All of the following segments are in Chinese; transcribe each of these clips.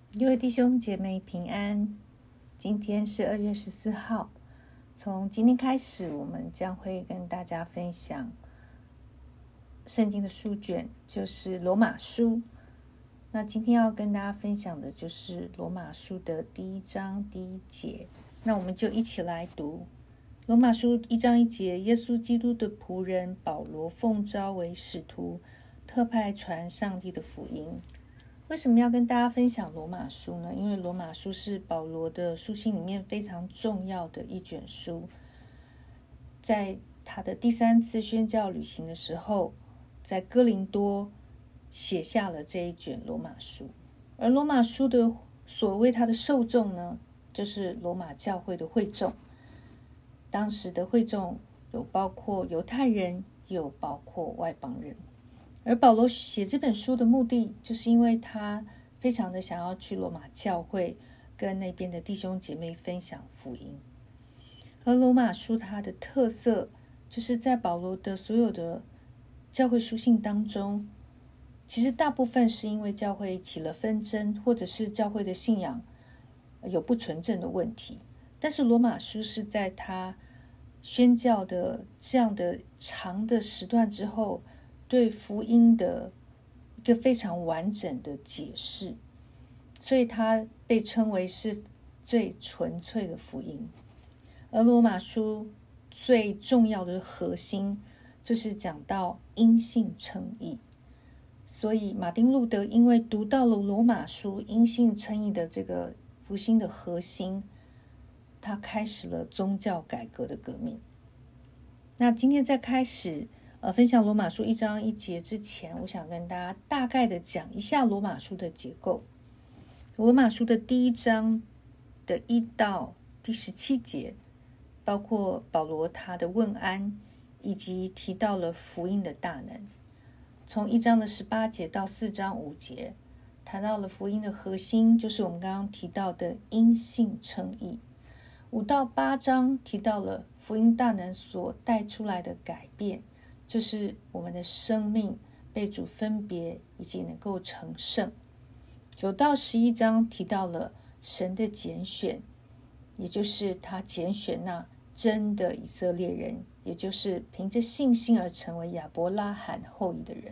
各位弟兄姐妹平安，今天是2月14号。从今天开始，我们将会跟大家分享圣经的书卷，就是罗马书。那今天要跟大家分享的就是罗马书的第1章第1节。那我们就一起来读罗马书1章1节：耶稣基督的仆人保罗奉召为使徒，特派传上帝的福音。为什么要跟大家分享罗马书呢？因为罗马书是保罗的书信里面非常重要的一卷书。在他的第3次宣教旅行的时候，在哥林多写下了这一卷罗马书。而罗马书的所谓他的受众呢，就是罗马教会的会众。当时的会众有包括犹太人，也有包括外邦人。而保罗写这本书的目的，就是因为他非常的想要去罗马教会跟那边的弟兄姐妹分享福音。而罗马书它的特色，就是在保罗的所有的教会书信当中，其实大部分是因为教会起了纷争，或者是教会的信仰有不纯正的问题。但是罗马书是在他宣教的这样的长的时段之后，对福音的一个非常完整的解释，所以它被称为是最纯粹的福音。而罗马书最重要的核心就是讲到因信称义，所以马丁路德因为读到了罗马书因信称义的这个福音的核心，他开始了宗教改革的革命。那今天在开始分享罗马书1章1节之前，我想跟大家大概的讲一下罗马书的结构。罗马书的第1章的1到第17节，包括保罗他的问安，以及提到了福音的大能。从1章的18节到4章5节，谈到了福音的核心，就是我们刚刚提到的因信称义。5到8章提到了福音大能所带出来的改变，就是我们的生命被主分别，以及能够成圣。9到11章提到了神的拣选，也就是他拣选那真的以色列人，也就是凭着信心而成为亚伯拉罕后裔的人。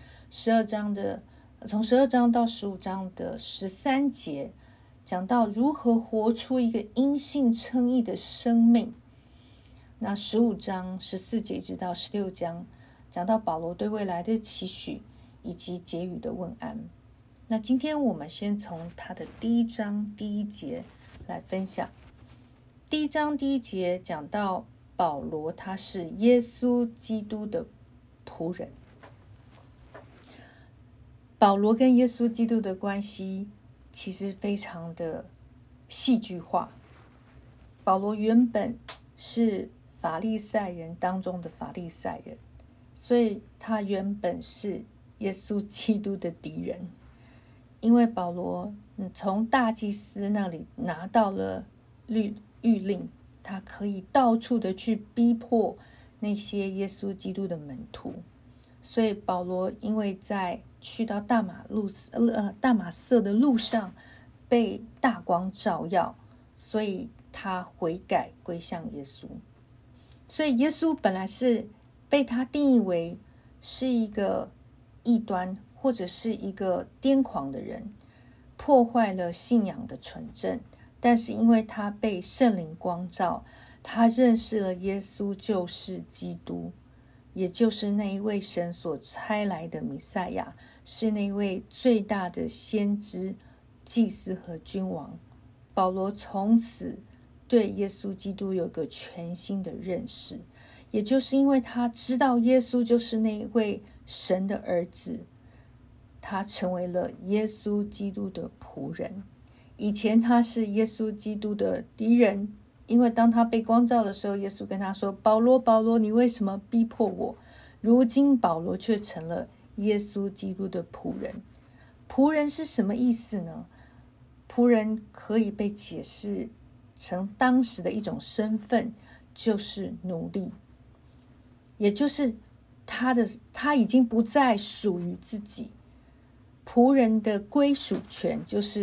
从12章到15章的13节，讲到如何活出一个因信称义的生命。那15章14节直到16章，讲到保罗对未来的期许以及结语的问安。那今天我们先从他的第1章第1节来分享。第1章第1节讲到保罗他是耶稣基督的仆人。保罗跟耶稣基督的关系其实非常的戏剧化。保罗原本是法利赛人当中的法利赛人，所以他原本是耶稣基督的敌人。因为保罗从大祭司那里拿到了谕令，他可以到处的去逼迫那些耶稣基督的门徒。所以保罗因为在去到大马色的路上被大光照耀，所以他悔改归向耶稣。所以耶稣本来是被他定义为是一个异端，或者是一个癫狂的人，破坏了信仰的纯正。但是因为他被圣灵光照，他认识了耶稣就是基督，也就是那一位神所差来的弥赛亚，是那位最大的先知、祭司和君王。保罗从此对耶稣基督有个全新的认识，也就是因为他知道耶稣就是那一位神的儿子，他成为了耶稣基督的仆人。以前他是耶稣基督的敌人，因为当他被光照的时候，耶稣跟他说：保罗，保罗，你为什么逼迫我？如今保罗却成了耶稣基督的仆人。仆人是什么意思呢？仆人可以被解释成当时的一种身份，就是奴隶，也就是他已经不再属于自己。仆人的归属权就是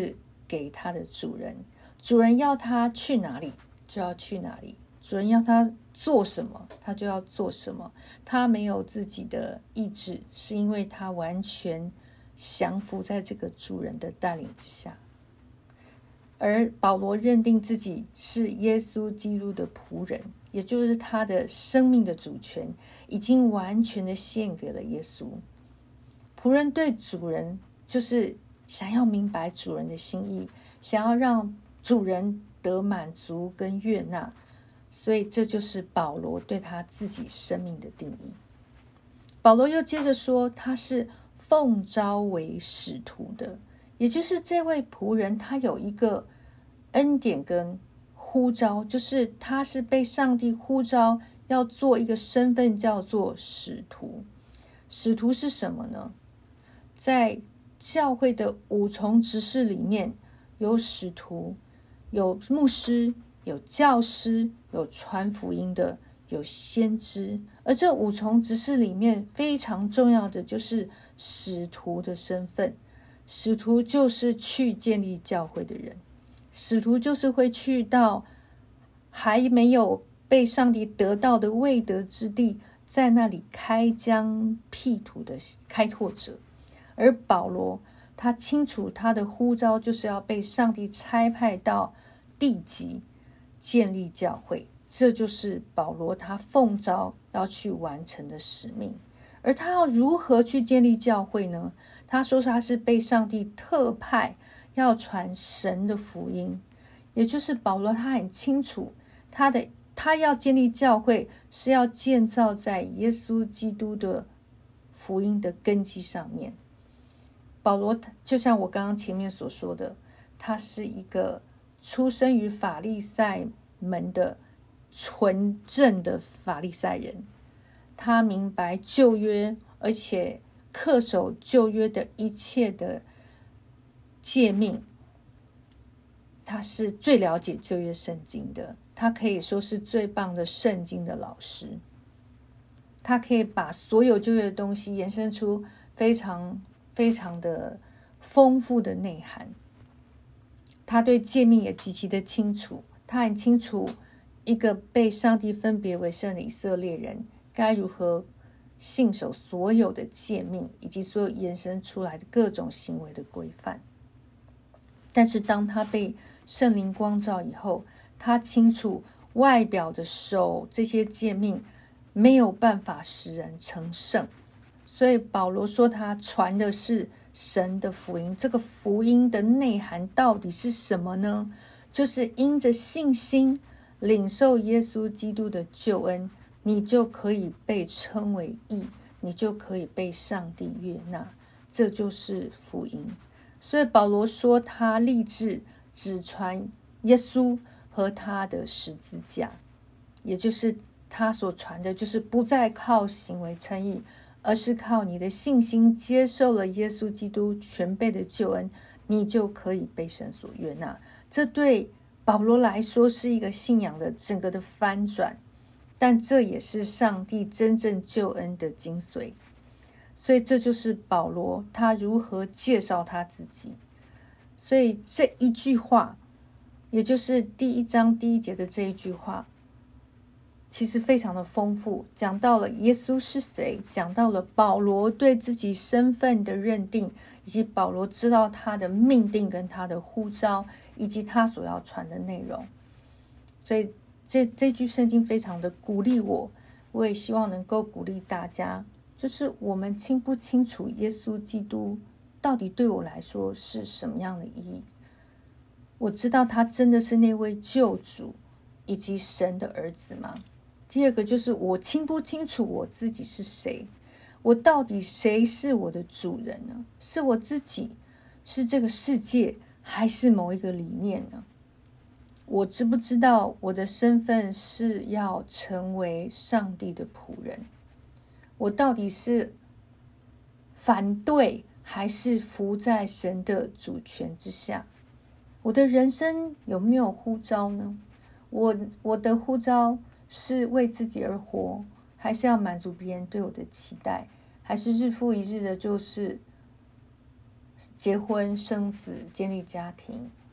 给他的主人，主人要他去哪里就要去哪里，主人要他做什么他就要做什么，他没有自己的意志，是因为他完全降服在这个主人的带领之下。而保罗认定自己是耶稣基督的仆人，也就是他的生命的主权已经完全的献给了耶稣。仆人对主人就是想要明白主人的心意，想要让主人得满足跟悦纳，所以这就是保罗对他自己生命的定义。保罗又接着说，他是奉召为使徒的，也就是这位仆人他有一个恩典跟呼召，就是他是被上帝呼召要做一个身份，叫做使徒。使徒是什么呢？在教会的五重职事里面，有使徒，有牧师，有教师，有传福音的，有先知。而这五重职事里面非常重要的就是使徒的身份。使徒就是去建立教会的人，使徒就是会去到还没有被上帝得到的未得之地，在那里开疆辟土的开拓者。而保罗他清楚他的呼召就是要被上帝差派到地极建立教会，这就是保罗他奉召要去完成的使命。而他要如何去建立教会呢？他说他是被上帝特派要传神的福音，也就是保罗他很清楚他要建立教会是要建造在耶稣基督的福音的根基上面。保罗就像我刚刚前面所说的，他是一个出生于法利赛门的纯正的法利赛人，他明白旧约，而且恪守旧约的一切的诫命，他是最了解旧约圣经的，他可以说是最棒的圣经的老师，他可以把所有旧约的东西延伸出非常非常的丰富的内涵。他对诫命也极其的清楚，他很清楚一个被上帝分别为圣的以色列人该如何信守所有的诫命，以及所有延伸出来的各种行为的规范。但是当他被圣灵光照以后，他清楚外表的守这些诫命没有办法使人成圣，所以保罗说他传的是神的福音。这个福音的内涵到底是什么呢？就是因着信心领受耶稣基督的救恩，你就可以被称为义，你就可以被上帝悦纳，这就是福音。所以保罗说他立志只传耶稣和他的十字架，也就是他所传的就是不再靠行为称义，而是靠你的信心接受了耶稣基督全备的救恩，你就可以被神所悦纳。这对保罗来说是一个信仰的整个的翻转，但这也是上帝真正救恩的精髓。所以这就是保罗他如何介绍他自己。所以这一句话，也就是第1章第1节的这一句话，其实非常的丰富，讲到了耶稣是谁，讲到了保罗对自己身份的认定，以及保罗知道他的命定跟他的呼召，以及他所要传的内容。所以这句圣经非常的鼓励我也希望能够鼓励大家，就是我们清不清楚耶稣基督到底对我来说是什么样的意义？我知道他真的是那位救主以及神的儿子吗？第二个就是我清不清楚我自己是谁？我到底谁是我的主人呢？是我自己，是这个世界，还是某一个理念呢？我知不知道我的身份是要成为上帝的仆人？我到底是反对还是服在神的主权之下？我的人生有没有呼召呢？我的呼召是为自己而活，还是要满足别人对我的期待？还是日复一日的就是结婚生子建立家庭，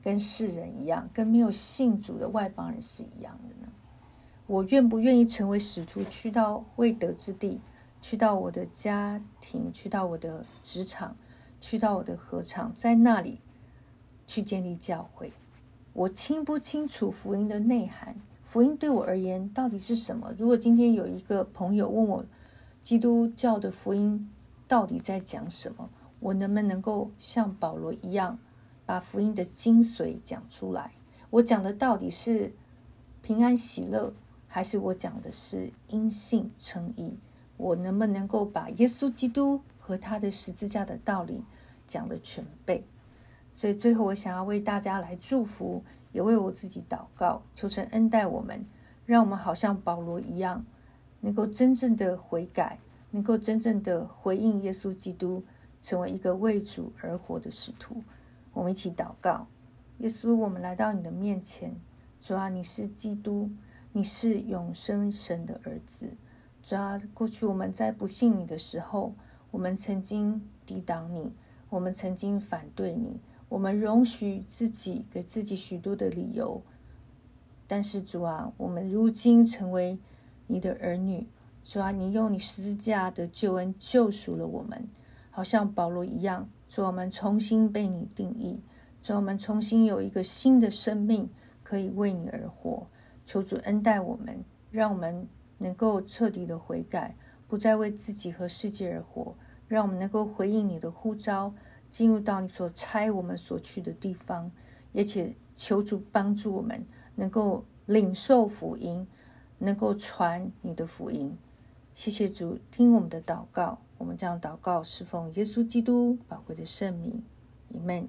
跟世人一样，跟没有信主的外邦人是一样的呢？我愿不愿意成为使徒，去到未得之地，去到我的家庭，去到我的职场，去到我的合场，在那里去建立教会？我清不清楚福音的内涵？福音对我而言到底是什么？如果今天有一个朋友问我基督教的福音到底在讲什么，我能不能够像保罗一样把福音的精髓讲出来？我讲的到底是平安喜乐，还是我讲的是因信称义？我能不能够把耶稣基督和他的十字架的道理讲得全备？所以最后我想要为大家来祝福，也为我自己祷告，求神恩待我们，让我们好像保罗一样，能够真正的悔改，能够真正的回应耶稣基督，成为一个为主而活的使徒。我们一起祷告。耶稣，我们来到你的面前，主啊，你是基督，你是永生神的儿子。主啊，过去我们在不信你的时候，我们曾经抵挡你，我们曾经反对你，我们容许自己给自己许多的理由。但是主啊，我们如今成为你的儿女，主啊，你用你十字架的救恩救赎了我们，好像保罗一样，主啊，我们重新被你定义，主啊，我们重新有一个新的生命可以为你而活。求主恩待我们，让我们能够彻底的悔改，不再为自己和世界而活，让我们能够回应你的呼召，进入到你所差我们所去的地方，也且求主帮助我们能够领受福音，能够传你的福音。谢谢主，听我们的祷告，我们将祷告侍奉耶稣基督宝贵的圣名。阿们。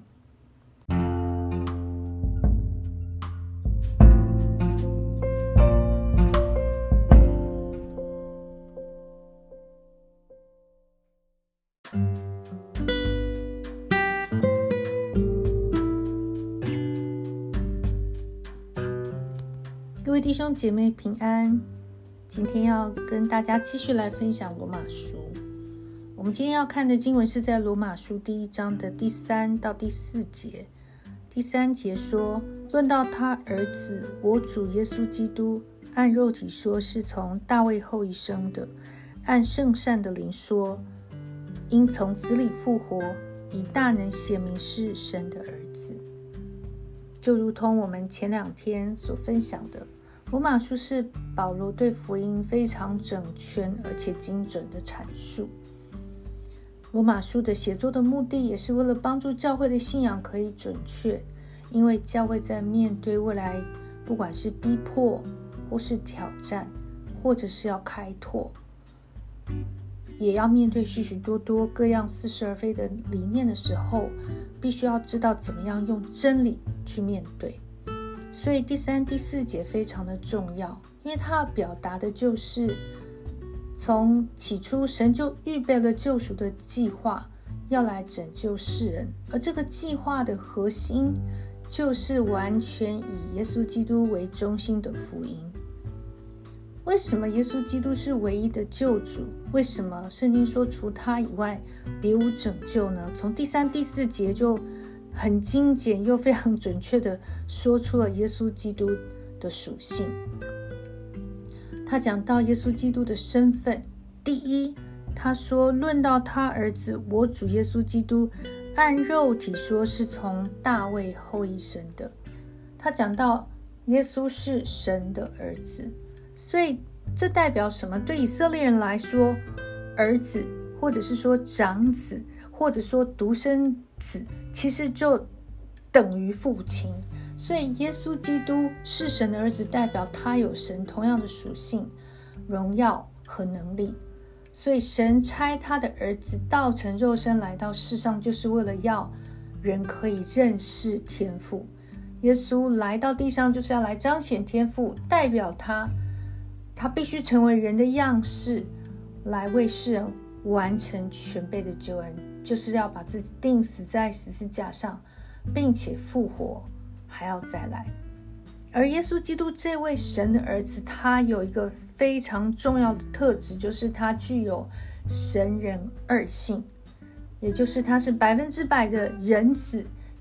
各位弟兄姐妹平安，今天要跟大家继续来分享罗马书。我们今天要看的经文是在罗马书第1章的第3到第4节。第3节说，论到他儿子我主耶稣基督，按肉体说是从大卫后裔生的，按圣善的灵说，因从死里复活，以大能显明是神的儿子。就如同我们前2天所分享的，罗马书是保罗对福音非常整全而且精准的阐述。罗马书的写作的目的也是为了帮助教会的信仰可以准确，因为教会在面对未来不管是逼迫或是挑战，或者是要开拓，也要面对许许多多各样似是而非的理念的时候，必须要知道怎么样用真理去面对。所以第3、第4节非常的重要，因为它要表达的就是从起初神就预备了救赎的计划，要来拯救世人，而这个计划的核心就是完全以耶稣基督为中心的福音。为什么耶稣基督是唯一的救主？为什么圣经说除他以外别无拯救呢？从第3、第4节就很精简又非常准确的说出了耶稣基督的属性。他讲到耶稣基督的身份，第一，他说论到他儿子我主耶稣基督，按肉体说是从大卫后裔生的。他讲到耶稣是神的儿子，所以这代表什么？对以色列人来说，儿子或者是说长子或者说独生子，其实就等于父亲。所以耶稣基督是神的儿子，代表他有神同样的属性、荣耀和能力。所以神差他的儿子道成肉身来到世上，就是为了要人可以认识天父。耶稣来到地上就是要来彰显天父，代表他必须成为人的样式，来为世人完成全备的救恩，就是要把自己钉死在十字架上，并且复活，还要再来。而耶稣基督这位神的儿子，他有一个非常重要的特质，就是他具有神人二性，也就是他是100%的人子，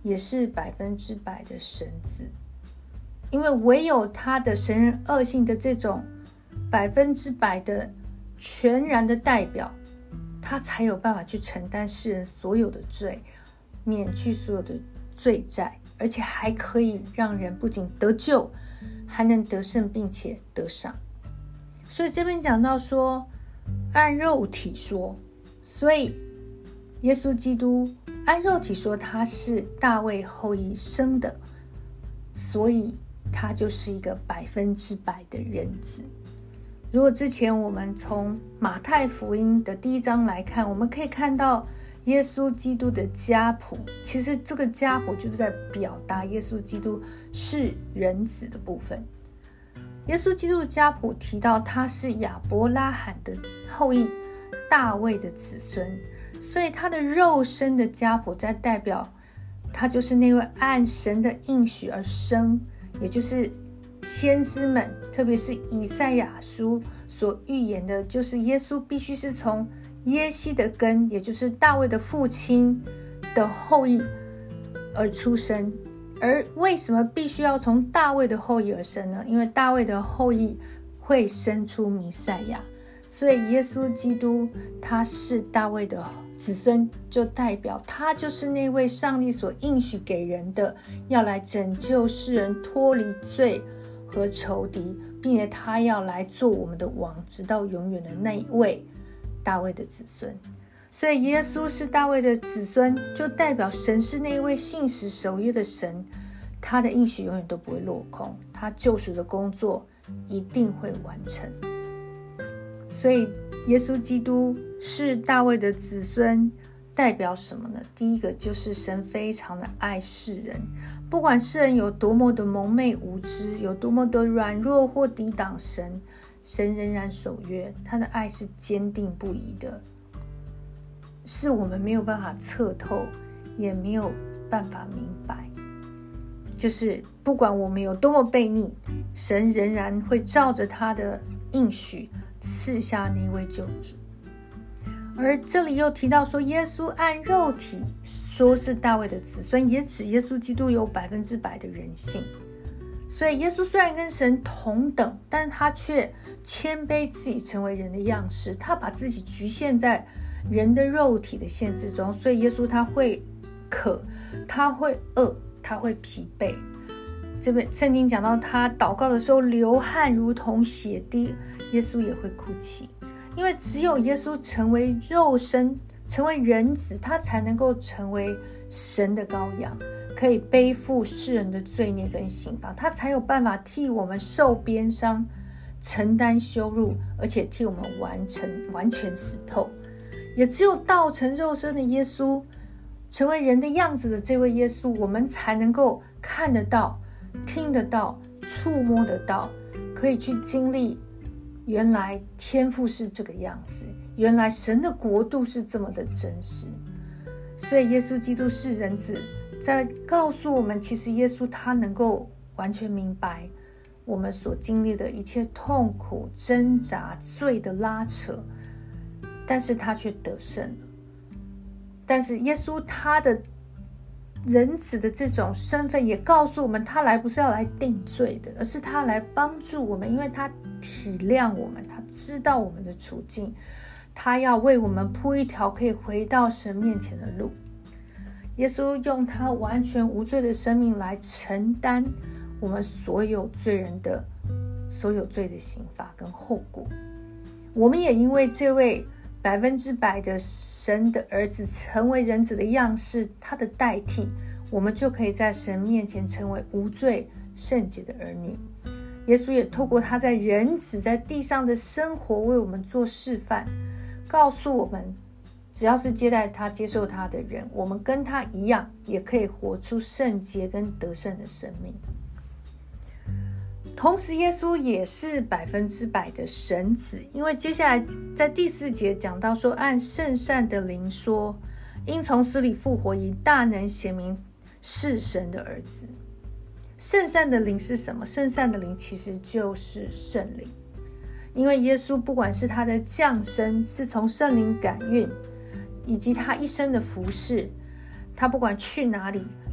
也是100%的神子，因为唯有他的神人二性的这种100%的全然的代表，他才有办法去承担世人所有的罪，免去所有的罪债，而且还可以让人不仅得救，还能得胜并且得赏。所以这边讲到说按肉体说，所以耶稣基督按肉体说他是大卫后裔生的，所以他就是一个100%的人子。如果之前我们从马太福音的第1章来看，我们可以看到耶稣基督的家谱，其实这个家谱就是在表达耶稣基督是人子的部分。耶稣基督的家谱提到他是亚伯拉罕的后裔，大卫的子孙，所以他的肉身的家谱在代表他就是那位按神的应许而生，也就是先知们，特别是以赛亚书所预言的，就是耶稣必须是从耶西的根，也就是大卫的父亲的后裔而出生。而为什么必须要从大卫的后裔而生呢？因为大卫的后裔会生出弥赛亚，所以耶稣基督他是大卫的子孙，就代表他就是那位上帝所应许给人的，要来拯救世人脱离罪和仇敌，并且他要来做我们的王，直到永远的那一位大卫的子孙。所以耶稣是大卫的子孙，就代表神是那位信实守约的神，他的应许永远都不会落空，他救赎的工作一定会完成。所以耶稣基督是大卫的子孙，代表什么呢？第一个就是神非常的爱世人，不管世人有多么的蒙昧无知，有多么的软弱或抵挡神，神仍然守约，他的爱是坚定不移的，是我们没有办法测透，也没有办法明白。就是不管我们有多么悖逆，神仍然会照着他的应许赐下那位救主。而这里又提到说，耶稣按肉体说是大卫的子孙，也指耶稣基督有100%的人性。所以耶稣虽然跟神同等，但他却谦卑自己成为人的样式，他把自己局限在人的肉体的限制中。所以耶稣他会渴，他会饿，他会疲惫。这边圣经讲到他祷告的时候流汗如同血滴，耶稣也会哭泣。因为只有耶稣成为肉身，成为人子，他才能够成为神的羔羊，可以背负世人的罪孽跟刑罚，他才有办法替我们受鞭伤，承担羞辱，而且替我们完全死透。也只有道成肉身的耶稣，成为人的样子的这位耶稣，我们才能够看得到，听得到，触摸得到，可以去经历原来天父是这个样子，原来神的国度是这么的真实。所以耶稣基督是人子，在告诉我们，其实耶稣他能够完全明白我们所经历的一切痛苦、挣扎、罪的拉扯，但是他却得胜了。但是耶稣他的人子的这种身份也告诉我们，他来不是要来定罪的，而是他来帮助我们，因为他体谅我们，他知道我们的处境，他要为我们铺一条可以回到神面前的路。耶稣用他完全无罪的生命来承担我们所有罪人的所有罪的刑罚跟后果。我们也因为这位100%的神的儿子成为人子的样式，他的代替，我们就可以在神面前成为无罪圣洁的儿女。耶稣也透过他在人子在地上的生活为我们做示范，告诉我们只要是接待他接受他的人，我们跟他一样也可以活出圣洁跟得胜的生命。同时耶稣也是100%的神子，因为接下来在第4节讲到说，按圣善的灵说，因从死里复活，以大能显明是神的儿子。圣善的灵是什么？圣善的灵其实就是圣灵，因为耶稣不管是他的降生是从圣灵感孕，以及他一生的服事，他不管去哪里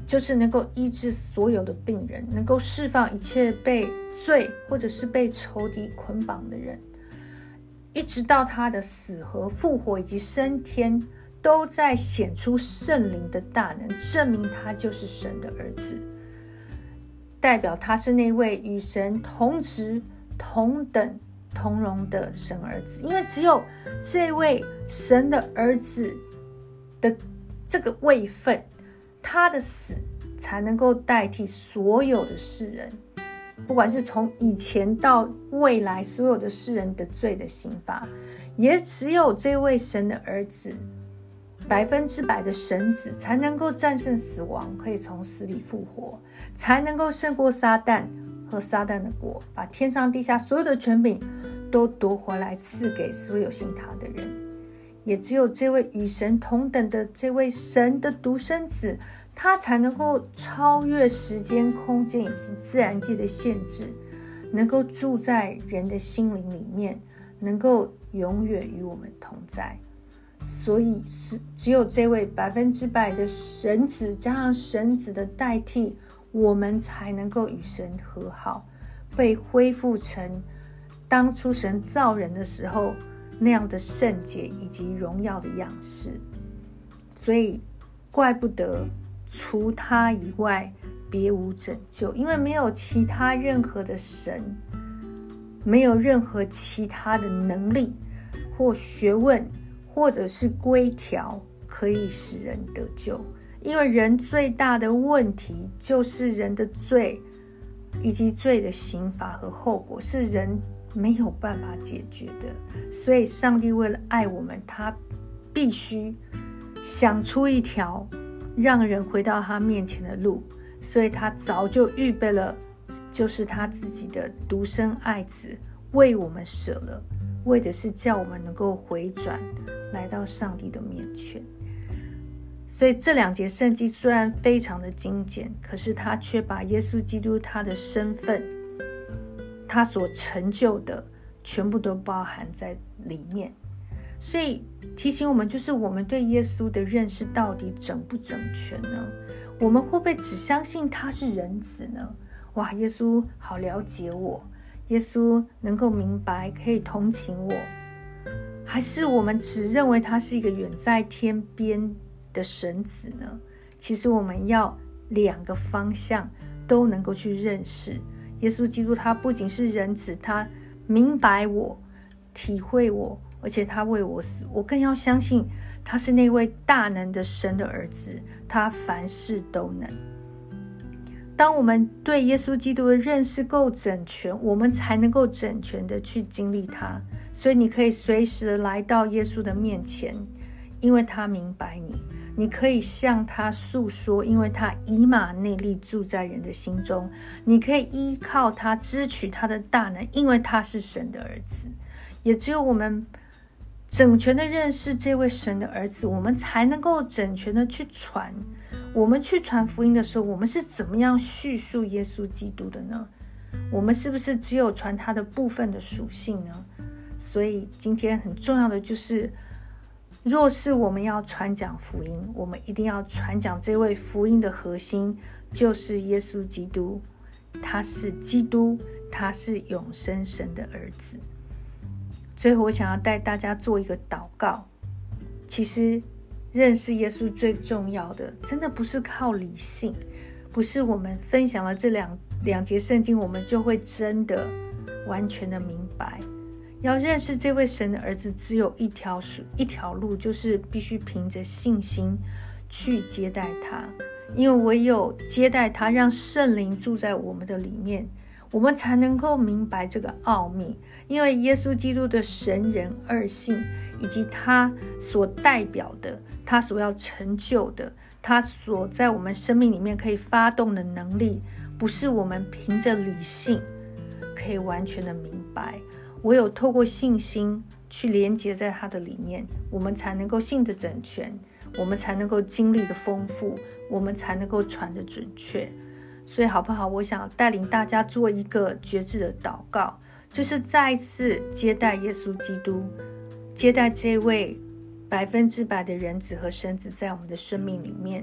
就是能够医治所有的病人，能够释放一切被罪或者是被仇敌捆绑的人，一直到他的死和复活以及升天，都在显出圣灵的大能，证明他就是神的儿子，代表他是那位与神同职同等同荣的神儿子。因为只有这位神的儿子的这个位分，他的死才能够代替所有的世人，不管是从以前到未来所有的世人的罪的刑罚，也只有这位神的儿子100%的神子才能够战胜死亡，可以从死里复活，才能够胜过撒旦和撒旦的国，把天上地下所有的权柄都夺回来赐给所有信他的人。也只有这位与神同等的这位神的独生子，他才能够超越时间空间以及自然界的限制，能够住在人的心灵里面，能够永远与我们同在。所以只有这位100%的神子加上神子的代替，我们才能够与神和好，被恢复成当初神造人的时候那样的圣洁以及荣耀的样式。所以怪不得除他以外别无拯救，因为没有其他任何的神，没有任何其他的能力或学问或者是规条可以使人得救。因为人最大的问题就是人的罪以及罪的刑罚和后果是人没有办法解决的。所以上帝为了爱我们，他必须想出一条让人回到他面前的路，所以他早就预备了，就是他自己的独生爱子为我们舍了，为的是叫我们能够回转来到上帝的面前。所以这2节圣经虽然非常的精简，可是他却把耶稣基督他的身份，他所成就的全部都包含在里面。所以提醒我们，就是我们对耶稣的认识到底整不整全呢？我们会不会只相信他是人子呢？哇，耶稣好了解我，耶稣能够明白，可以同情我。还是我们只认为他是一个远在天边的神子呢？其实我们要2个方向都能够去认识耶稣基督。他不仅是人子，他明白我，体会我，而且他为我死。我更要相信他是那位大能的神的儿子，他凡事都能。当我们对耶稣基督的认识够整全，我们才能够整全的去经历他。所以你可以随时的来到耶稣的面前，因为他明白你。你可以向他诉说，因为他以马内利住在人的心中。你可以依靠他，支取他的大能，因为他是神的儿子。也只有我们整全的认识这位神的儿子，我们才能够整全的去传。我们去传福音的时候，我们是怎么样叙述耶稣基督的呢？我们是不是只有传他的部分的属性呢？所以今天很重要的就是，若是我们要传讲福音，我们一定要传讲这位福音的核心，就是耶稣基督。他是基督，他是永生神的儿子。最后我想要带大家做一个祷告。其实认识耶稣最重要的，真的不是靠理性，不是我们分享了这两节圣经，我们就会真的完全的明白。要认识这位神的儿子，只有一条路，就是必须凭着信心去接待他。因为唯有接待他，让圣灵住在我们的里面，我们才能够明白这个奥秘。因为耶稣基督的神人二性，以及他所代表的，他所要成就的，他所在我们生命里面可以发动的能力，不是我们凭着理性可以完全的明白。唯有透过信心去连接在他的里面，我们才能够信得整全，我们才能够经历的丰富，我们才能够传得准确。所以好不好，我想带领大家做一个决志的祷告，就是再一次接待耶稣基督，接待这位100%的人子和神子在我们的生命里面，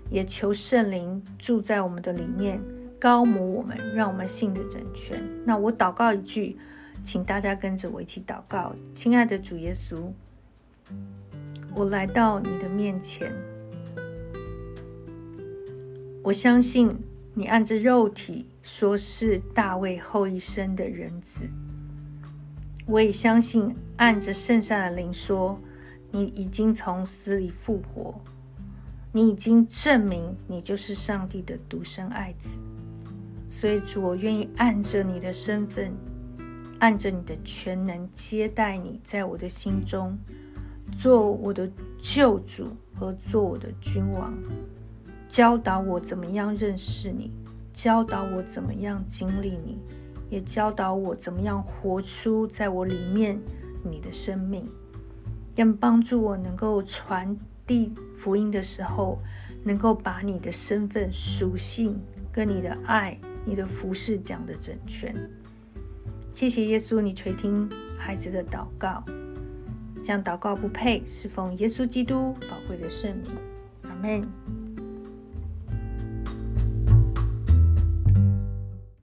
也求圣灵住在我们的里面，高摩我们，让我们信得整全。那我祷告一句，请大家跟着我一起祷告。亲爱的主耶稣，我来到你的面前，我相信你按着肉体说是大卫后一生的人子，我也相信按着圣善的灵说，你已经从死里复活，你已经证明你就是上帝的独生爱子。所以主，我愿意按着你的身份，按着你的全能接待你在我的心中，做我的救主和做我的君王，教导我怎么样认识你，教导我怎么样经历你，也教导我怎么样活出在我里面你的生命，更帮助我能够传递福音的时候，能够把你的身份属性跟你的爱你的服事讲得整全。谢谢耶稣，你垂听孩子的祷告，这样祷告不配，是奉耶稣基督宝贵的圣名，阿们。